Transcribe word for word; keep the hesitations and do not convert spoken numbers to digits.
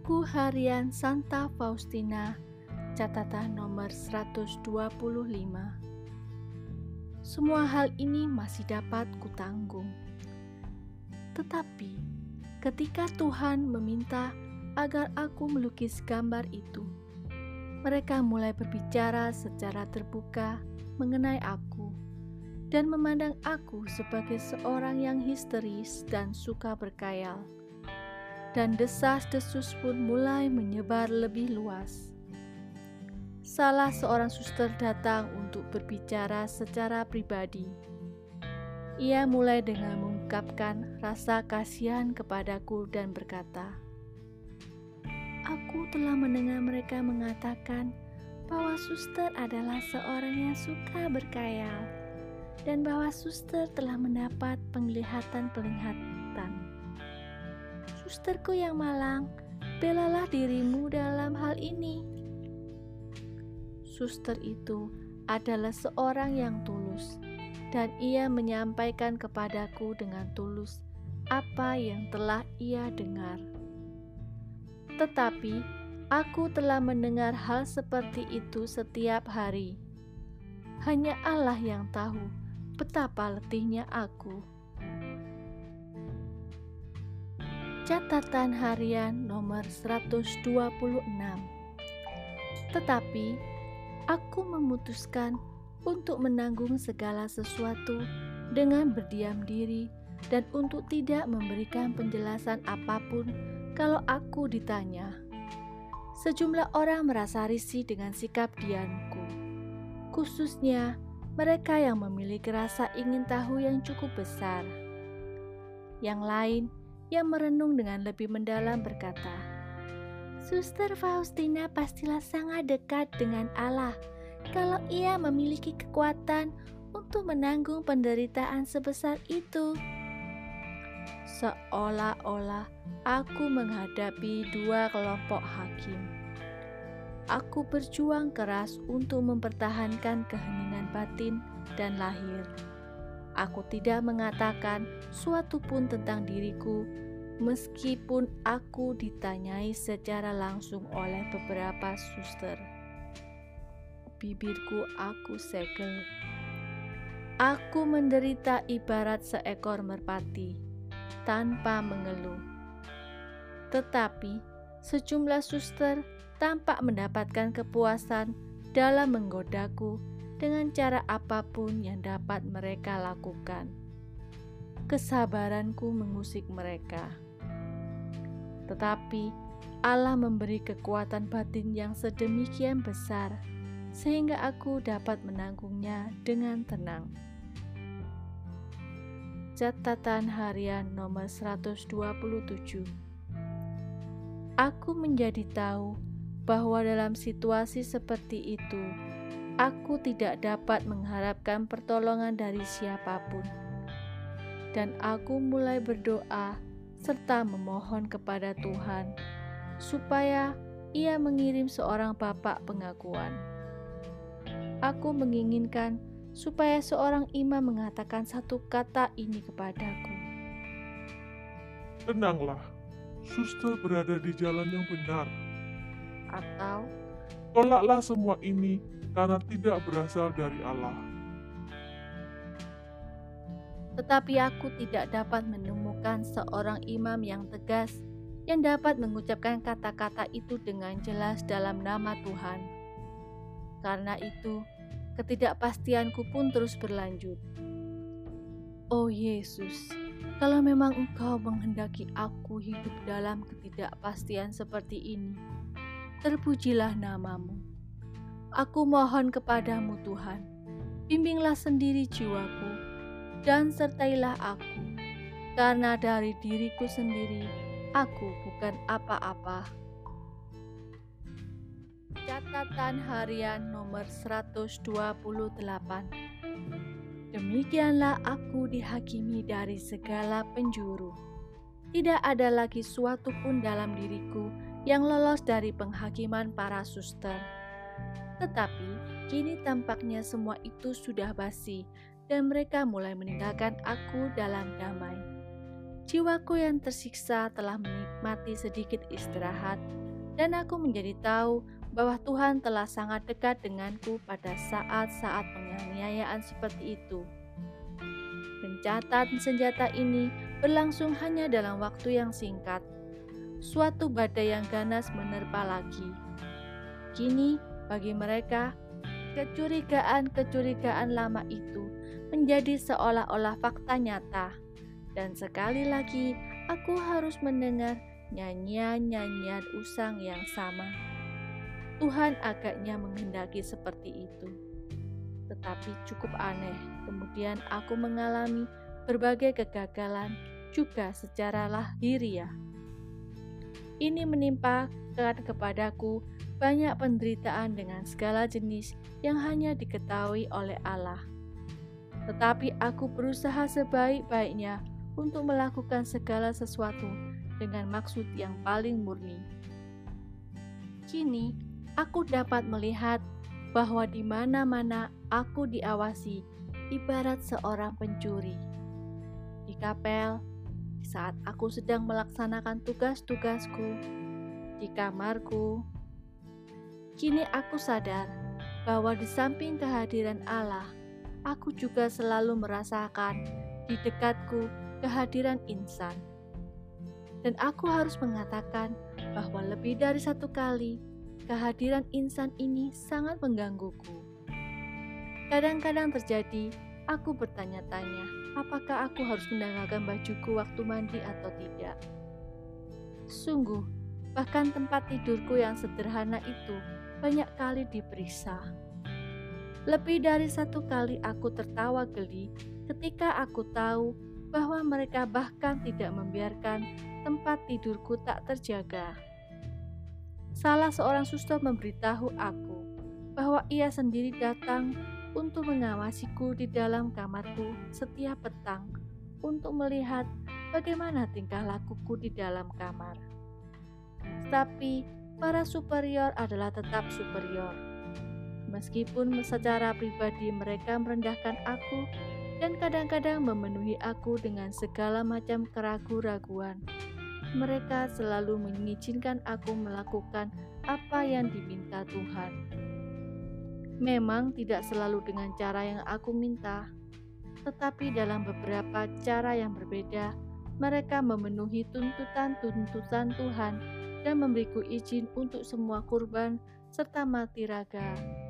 Buku Harian Santa Faustina, catatan nomor seratus dua puluh lima. Semua hal ini masih dapat kutanggung. Tetapi ketika Tuhan meminta agar aku melukis gambar itu, mereka mulai berbicara secara terbuka mengenai aku dan memandang aku sebagai seorang yang histeris dan suka berkhayal. Dan desas-desus pun mulai menyebar lebih luas. Salah seorang suster datang untuk berbicara secara pribadi. Ia mulai dengan mengungkapkan rasa kasihan kepadaku dan berkata, "Aku telah mendengar mereka mengatakan bahwa suster adalah seorang yang suka berkhayal dan bahwa suster telah mendapat penglihatan-penglihatan. Susterku yang malang, belalah dirimu dalam hal ini." Suster itu adalah seorang yang tulus, dan ia menyampaikan kepadaku dengan tulus apa yang telah ia dengar. Tetapi aku telah mendengar hal seperti itu setiap hari. Hanya Allah yang tahu betapa letihnya aku. Catatan harian nomor seratus dua puluh enam. Tetapi aku memutuskan untuk menanggung segala sesuatu dengan berdiam diri dan untuk tidak memberikan penjelasan apapun kalau aku ditanya. Sejumlah orang merasa risih dengan sikap diamku, khususnya mereka yang memiliki rasa ingin tahu yang cukup besar. Yang lain yang merenung dengan lebih mendalam berkata, "Suster Faustina pastilah sangat dekat dengan Allah kalau ia memiliki kekuatan untuk menanggung penderitaan sebesar itu." Seolah-olah aku menghadapi dua kelompok hakim. Aku berjuang keras untuk mempertahankan keheningan batin dan lahir. Aku tidak mengatakan suatu pun tentang diriku, meskipun aku ditanyai secara langsung oleh beberapa suster. Bibirku aku segel. Aku menderita ibarat seekor merpati, tanpa mengeluh. Tetapi sejumlah suster tampak mendapatkan kepuasan dalam menggodaku dengan cara apapun yang dapat mereka lakukan. Kesabaranku mengusik mereka. Tetapi Allah memberi kekuatan batin yang sedemikian besar sehingga aku dapat menanggungnya dengan tenang. Catatan harian nomor seratus dua puluh tujuh. Aku menjadi tahu bahwa dalam situasi seperti itu, aku tidak dapat mengharapkan pertolongan dari siapapun. Dan aku mulai berdoa serta memohon kepada Tuhan supaya Ia mengirim seorang bapak pengakuan. Aku menginginkan supaya seorang imam mengatakan satu kata ini kepadaku. "Tenanglah, suster berada di jalan yang benar." Atau, "Tolaklah semua ini karena tidak berasal dari Allah." Tetapi aku tidak dapat menemukan seorang imam yang tegas yang dapat mengucapkan kata-kata itu dengan jelas dalam nama Tuhan. Karena itu, ketidakpastianku pun terus berlanjut. Oh Yesus, kalau memang Engkau menghendaki aku hidup dalam ketidakpastian seperti ini, terpujilah namamu. Aku mohon kepadamu Tuhan, bimbinglah sendiri jiwaku, dan sertailah aku, karena dari diriku sendiri aku bukan apa-apa. Catatan harian nomor seratus dua puluh delapan. Demikianlah aku dihakimi dari segala penjuru. Tidak ada lagi suatu pun dalam diriku yang lolos dari penghakiman para suster. Tetapi kini tampaknya semua itu sudah basi, dan mereka mulai meninggalkan aku dalam damai. Jiwaku yang tersiksa telah menikmati sedikit istirahat, dan aku menjadi tahu bahwa Tuhan telah sangat dekat denganku pada saat-saat penganiayaan seperti itu. Gencatan senjata ini berlangsung hanya dalam waktu yang singkat. Suatu badai yang ganas menerpa lagi. Kini, bagi mereka, kecurigaan-kecurigaan lama itu menjadi seolah-olah fakta nyata. Dan sekali lagi, aku harus mendengar nyanyian-nyanyian usang yang sama. Tuhan agaknya menghendaki seperti itu. Tetapi cukup aneh, kemudian aku mengalami berbagai kegagalan juga secara lahiriah. Ini menimpakan kepadaku banyak penderitaan dengan segala jenis yang hanya diketahui oleh Allah. Tetapi aku berusaha sebaik-baiknya untuk melakukan segala sesuatu dengan maksud yang paling murni. Kini, aku dapat melihat bahwa di mana-mana aku diawasi ibarat seorang pencuri. Di kapel, saat aku sedang melaksanakan tugas-tugasku, di kamarku, kini aku sadar bahwa di samping kehadiran Allah, aku juga selalu merasakan di dekatku kehadiran insan. Dan aku harus mengatakan bahwa lebih dari satu kali, kehadiran insan ini sangat menggangguku. Kadang-kadang terjadi, aku bertanya-tanya, apakah aku harus menanggalkan bajuku waktu mandi atau tidak? Sungguh, bahkan tempat tidurku yang sederhana itu banyak kali diperiksa. Lebih dari satu kali aku tertawa geli ketika aku tahu bahwa mereka bahkan tidak membiarkan tempat tidurku tak terjaga. Salah seorang suster memberitahu aku bahwa ia sendiri datang untuk mengawasiku di dalam kamarku setiap petang untuk melihat bagaimana tingkah lakuku di dalam kamar. Tetapi para superior adalah tetap superior. Meskipun secara pribadi mereka merendahkan aku dan kadang-kadang memenuhi aku dengan segala macam keraguan-raguan, mereka selalu mengizinkan aku melakukan apa yang diminta Tuhan. Memang tidak selalu dengan cara yang aku minta, tetapi dalam beberapa cara yang berbeda, mereka memenuhi tuntutan-tuntutan Tuhan dan memberiku izin untuk semua kurban serta mati raga